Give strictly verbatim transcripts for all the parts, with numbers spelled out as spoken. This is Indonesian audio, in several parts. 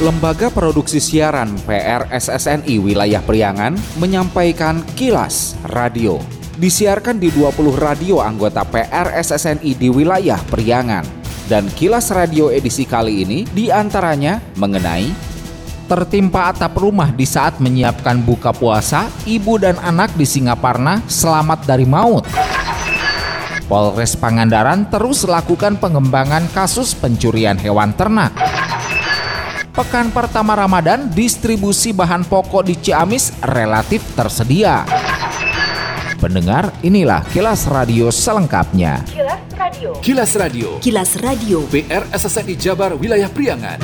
Lembaga Produksi Siaran P R S S N I Wilayah Priangan menyampaikan Kilas Radio. Disiarkan di dua puluh radio anggota P R S S N I di wilayah Priangan. Dan Kilas Radio edisi kali ini diantaranya mengenai tertimpa atap rumah di saat menyiapkan buka puasa, ibu dan anak di Singaparna selamat dari maut. Polres Pangandaran terus lakukan pengembangan kasus pencurian hewan ternak. Pekan pertama Ramadan, distribusi bahan pokok di Ciamis relatif tersedia. Pendengar, inilah Kilas Radio selengkapnya. Kilas Radio. Kilas Radio. Kilas Radio. P R S S N I Jabar Wilayah Priangan.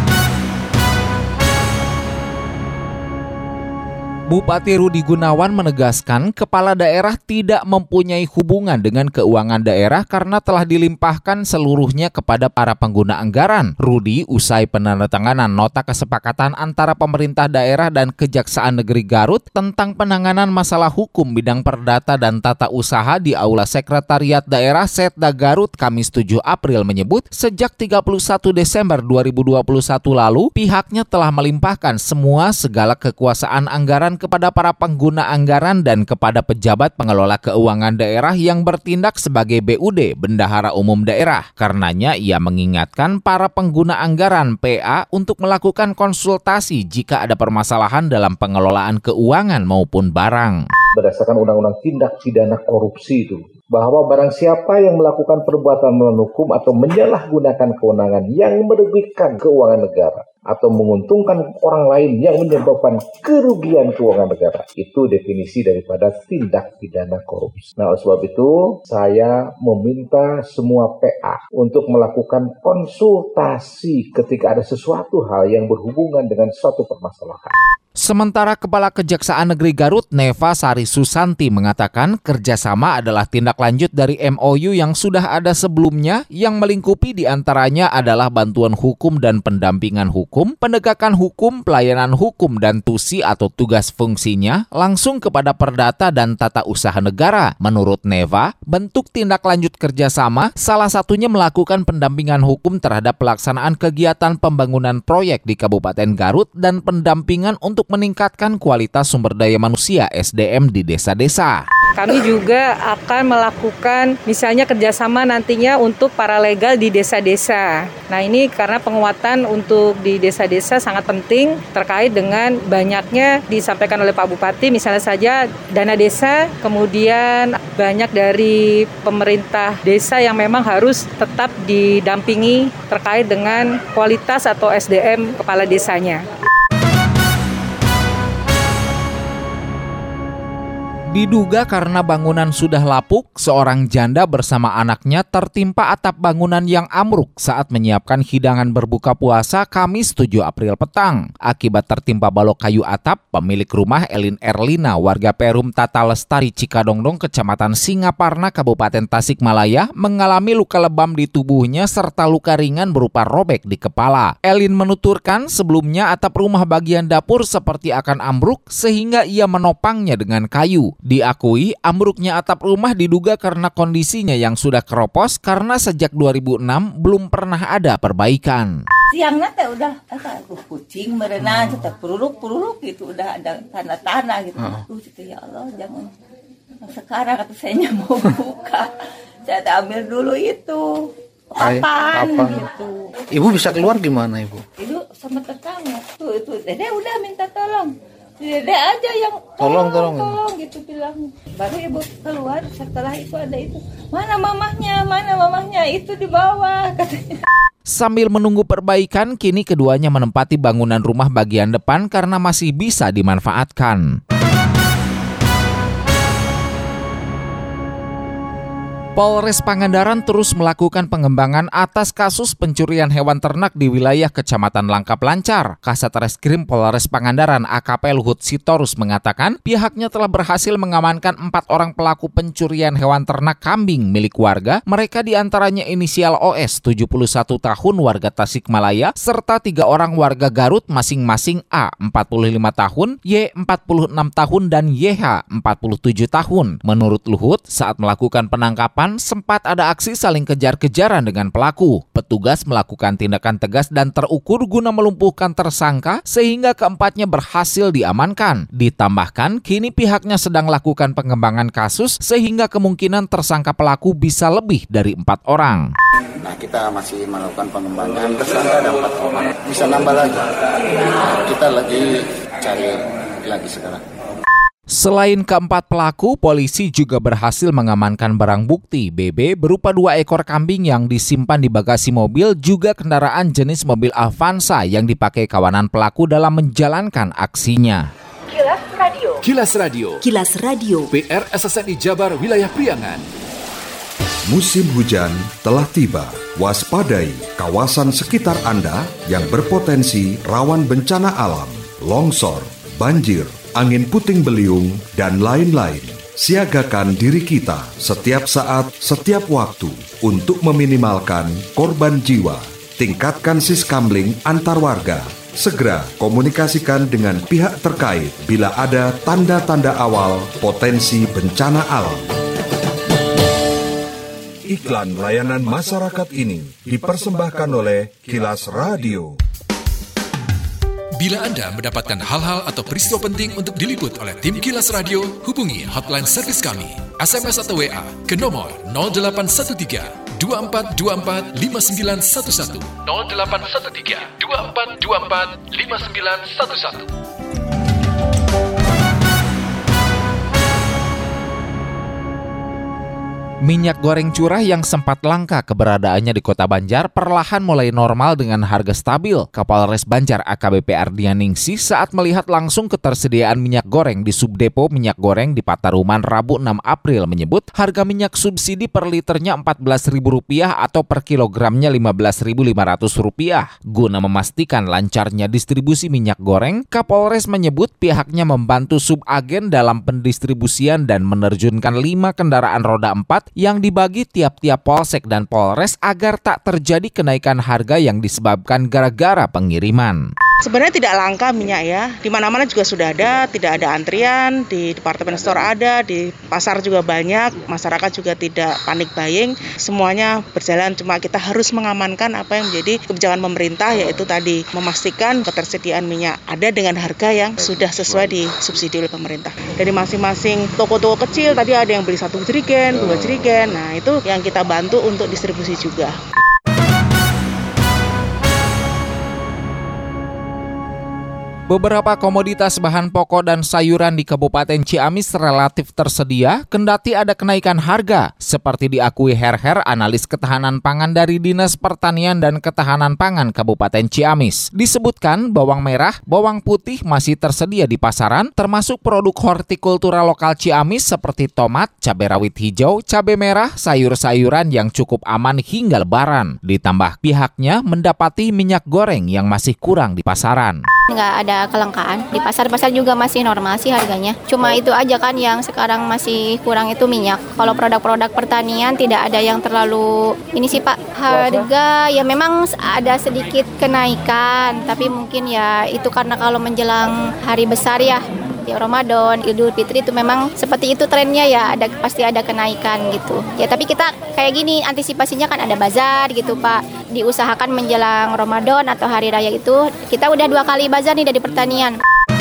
Bupati Rudi Gunawan menegaskan kepala daerah tidak mempunyai hubungan dengan keuangan daerah karena telah dilimpahkan seluruhnya kepada para pengguna anggaran. Rudi usai penandatanganan nota kesepakatan antara pemerintah daerah dan Kejaksaan Negeri Garut tentang penanganan masalah hukum bidang perdata dan tata usaha di Aula Sekretariat Daerah Setda Garut Kamis tujuh April menyebut sejak tiga puluh satu Desember dua ribu dua puluh satu lalu pihaknya telah melimpahkan semua segala kekuasaan anggaran kepada para pengguna anggaran dan kepada pejabat pengelola keuangan daerah yang bertindak sebagai B U D Bendahara Umum Daerah. Karenanya ia mengingatkan para pengguna anggaran P A untuk melakukan konsultasi jika ada permasalahan dalam pengelolaan keuangan maupun barang. Berdasarkan Undang-Undang Tindak Pidana Korupsi itu, bahwa barang siapa yang melakukan perbuatan melawan hukum atau menyalahgunakan kewenangan yang merugikan keuangan negara atau menguntungkan orang lain yang menyebabkan kerugian keuangan negara, itu definisi daripada tindak pidana korupsi. Nah, oleh sebab itu saya meminta semua P A untuk melakukan konsultasi ketika ada sesuatu hal yang berhubungan dengan suatu permasalahan. Sementara Kepala Kejaksaan Negeri Garut, Neva Sari Susanti, mengatakan kerjasama adalah tindak lanjut dari M O U yang sudah ada sebelumnya yang melingkupi diantaranya adalah bantuan hukum dan pendampingan hukum, penegakan hukum, pelayanan hukum, dan tusi atau tugas fungsinya langsung kepada perdata dan tata usaha negara. Menurut Neva, bentuk tindak lanjut kerjasama salah satunya melakukan pendampingan hukum terhadap pelaksanaan kegiatan pembangunan proyek di Kabupaten Garut dan pendampingan untuk meningkatkan kualitas sumber daya manusia S D M di desa-desa. Kami juga akan melakukan misalnya kerjasama nantinya untuk paralegal di desa-desa. Nah ini karena penguatan untuk di desa-desa sangat penting terkait dengan banyaknya disampaikan oleh Pak Bupati, misalnya saja dana desa, kemudian banyak dari pemerintah desa yang memang harus tetap didampingi terkait dengan kualitas atau S D M kepala desanya. Diduga karena bangunan sudah lapuk, seorang janda bersama anaknya tertimpa atap bangunan yang ambruk saat menyiapkan hidangan berbuka puasa Kamis tujuh April petang. Akibat tertimpa balok kayu atap, pemilik rumah Elin Erlina, warga Perum Tata Lestari Cikadongdong, Kecamatan Singaparna, Kabupaten Tasikmalaya, mengalami luka lebam di tubuhnya serta luka ringan berupa robek di kepala. Elin menuturkan sebelumnya atap rumah bagian dapur seperti akan ambruk sehingga ia menopangnya dengan kayu. Diakui ambruknya atap rumah diduga karena kondisinya yang sudah keropos karena sejak dua ribu enam belum pernah ada perbaikan. Siangnya teh udah apa kucing merenang hmm. Tetap puruluk-puruluk gitu udah ada tanah-tanah gitu. Hmm. Tuh gitu ya Allah jangan sekarang atau saya mau buka. Saya ambil dulu itu. Papan gitu. Ibu bisa keluar gimana Ibu? Itu sama tetangga. Tuh itu Dede udah minta tolong. Dede aja yang tolong, tolong, tolong, tolong gitu bilang. Baru ibu keluar, setelah itu ada itu. Mana mamahnya, mana mamahnya, itu di bawah katanya. Sambil menunggu perbaikan, kini keduanya menempati bangunan rumah bagian depan karena masih bisa dimanfaatkan. Polres Pangandaran terus melakukan pengembangan atas kasus pencurian hewan ternak di wilayah Kecamatan Langkap Lancar. Kasat Reskrim Polres Pangandaran A K P Luhut Sitorus mengatakan pihaknya telah berhasil mengamankan empat orang pelaku pencurian hewan ternak kambing milik warga. Mereka diantaranya inisial O S tujuh puluh satu tahun warga Tasikmalaya serta tiga orang warga Garut masing-masing A empat puluh lima tahun, Y empat puluh enam tahun dan Y H empat puluh tujuh tahun. Menurut Luhut, saat melakukan penangkapan Gunawan sempat ada aksi saling kejar-kejaran dengan pelaku. Petugas melakukan tindakan tegas dan terukur guna melumpuhkan tersangka sehingga keempatnya berhasil diamankan. Ditambahkan, kini pihaknya sedang lakukan pengembangan kasus sehingga kemungkinan tersangka pelaku bisa lebih dari empat orang. Nah, kita masih melakukan pengembangan, tersangka ada empat orang, bisa nambah lagi. Kita lagi cari lagi sekarang. Selain keempat pelaku, polisi juga berhasil mengamankan barang bukti B B berupa dua ekor kambing yang disimpan di bagasi mobil, juga kendaraan jenis mobil Avanza yang dipakai kawanan pelaku dalam menjalankan aksinya. Kilas Radio. Kilas Radio. Kilas Radio. P R S S N I Jabar Wilayah Priangan. Musim hujan telah tiba. Waspadai kawasan sekitar Anda yang berpotensi rawan bencana alam, longsor, banjir, angin puting beliung, dan lain-lain. Siagakan diri kita setiap saat, setiap waktu untuk meminimalkan korban jiwa. Tingkatkan siskamling antar warga. Segera komunikasikan dengan pihak terkait bila ada tanda-tanda awal potensi bencana alam. Iklan layanan masyarakat ini dipersembahkan oleh Kilas Radio. Bila Anda mendapatkan hal-hal atau peristiwa penting untuk diliput oleh tim Kilas Radio, hubungi hotline servis kami, S M S atau W A ke nomor nol delapan satu tiga dua empat dua empat lima sembilan satu satu nol delapan satu tiga dua empat dua empat lima sembilan satu satu. Minyak goreng curah yang sempat langka keberadaannya di Kota Banjar perlahan mulai normal dengan harga stabil. Kapolres Banjar A K B P Ardianingsih saat melihat langsung ketersediaan minyak goreng di subdepo minyak goreng di Pataruman Rabu enam April menyebut harga minyak subsidi per liternya empat belas ribu rupiah atau per kilogramnya lima belas ribu lima ratus rupiah. Guna memastikan lancarnya distribusi minyak goreng, Kapolres menyebut pihaknya membantu subagen dalam pendistribusian dan menerjunkan lima kendaraan roda empat yang dibagi tiap-tiap polsek dan polres agar tak terjadi kenaikan harga yang disebabkan gara-gara pengiriman. Sebenarnya tidak langka minyak ya, di mana-mana juga sudah ada, tidak ada antrian, di departemen store ada, di pasar juga banyak, masyarakat juga tidak panik buying, semuanya berjalan, cuma kita harus mengamankan apa yang menjadi kebijakan pemerintah, yaitu tadi memastikan ketersediaan minyak ada dengan harga yang sudah sesuai disubsidi oleh pemerintah. Dari masing-masing toko-toko kecil, tadi ada yang beli satu jerigen, dua jerigen, nah itu yang kita bantu untuk distribusi juga. Beberapa komoditas bahan pokok dan sayuran di Kabupaten Ciamis relatif tersedia, kendati ada kenaikan harga. Seperti diakui Her-Her, analis ketahanan pangan dari Dinas Pertanian dan Ketahanan Pangan Kabupaten Ciamis. Disebutkan bawang merah, bawang putih masih tersedia di pasaran, termasuk produk hortikultura lokal Ciamis seperti tomat, cabai rawit hijau, cabai merah, sayur-sayuran yang cukup aman hingga Lebaran. Ditambah pihaknya mendapati minyak goreng yang masih kurang di pasaran. Nggak ada kelangkaan. Di pasar-pasar juga masih normal sih harganya. Cuma itu aja kan yang sekarang masih kurang itu minyak. Kalau produk-produk pertanian tidak ada yang terlalu ini sih Pak. Harga ya memang ada sedikit kenaikan. Tapi mungkin ya itu karena kalau menjelang hari besar ya. Di Ramadan, Idul Fitri itu memang seperti itu trennya ya, ada pasti ada kenaikan gitu. Ya tapi kita kayak gini antisipasinya kan ada bazar gitu Pak. Diusahakan menjelang Ramadan atau hari raya itu kita udah dua kali bazar nih dari pertanian.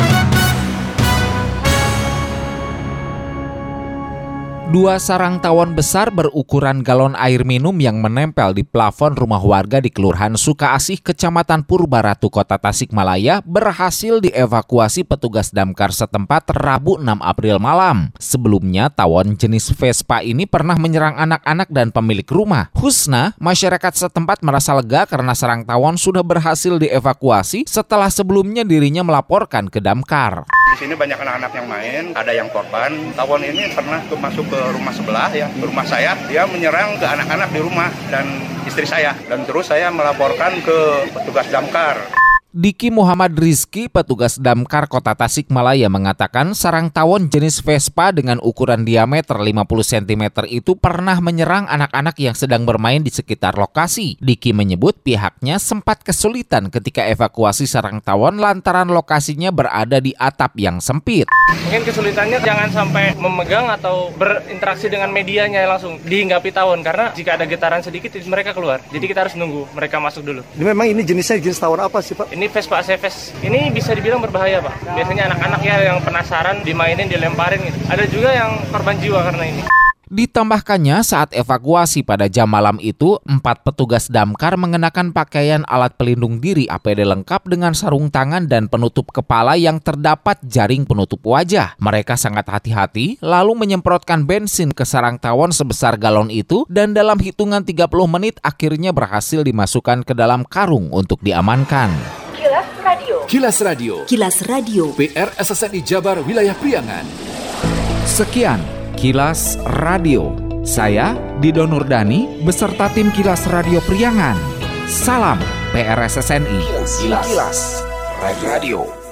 Dua sarang tawon besar berukuran galon air minum yang menempel di plafon rumah warga di Kelurahan Sukaasih, Kecamatan Purbaratu, Kota Tasikmalaya berhasil dievakuasi petugas damkar setempat Rabu enam April malam. Sebelumnya, tawon jenis Vespa ini pernah menyerang anak-anak dan pemilik rumah. Husna, masyarakat setempat merasa lega karena sarang tawon sudah berhasil dievakuasi setelah sebelumnya dirinya melaporkan ke damkar. Di sini banyak anak-anak yang main, ada yang korban. Tawon ini pernah masuk ke rumah sebelah ya, ke rumah saya. Dia menyerang ke anak-anak di rumah dan istri saya. Dan terus saya melaporkan ke petugas damkar. Diki Muhammad Rizky, petugas Damkar Kota Tasikmalaya mengatakan sarang tawon jenis Vespa dengan ukuran diameter lima puluh sentimeter itu pernah menyerang anak-anak yang sedang bermain di sekitar lokasi. Diki menyebut pihaknya sempat kesulitan ketika evakuasi sarang tawon lantaran lokasinya berada di atap yang sempit. Mungkin kesulitannya jangan sampai memegang atau berinteraksi dengan medianya langsung dihinggapi tawon, karena jika ada getaran sedikit mereka keluar. Jadi kita harus nunggu mereka masuk dulu. Ini memang ini jenisnya jenis tawon apa sih Pak? Ini Vespa Aceves. Ini bisa dibilang berbahaya Pak. Biasanya anak-anak ya yang penasaran dimainin, dilemparin gitu. Ada juga yang korban jiwa karena ini. Ditambahkannya saat evakuasi pada jam malam itu, empat petugas damkar mengenakan pakaian alat pelindung diri A P D lengkap dengan sarung tangan dan penutup kepala yang terdapat jaring penutup wajah. Mereka sangat hati-hati lalu menyemprotkan bensin ke sarang tawon sebesar galon itu dan dalam hitungan tiga puluh menit akhirnya berhasil dimasukkan ke dalam karung untuk diamankan. Kilas Radio. Kilas Radio. Kilas Radio. P R S S N I Jabar Wilayah Priangan. Sekian Kilas Radio. Saya Dido Nurdani beserta tim Kilas Radio Priangan. Salam P R S S N I. Kilas, Kilas Radio.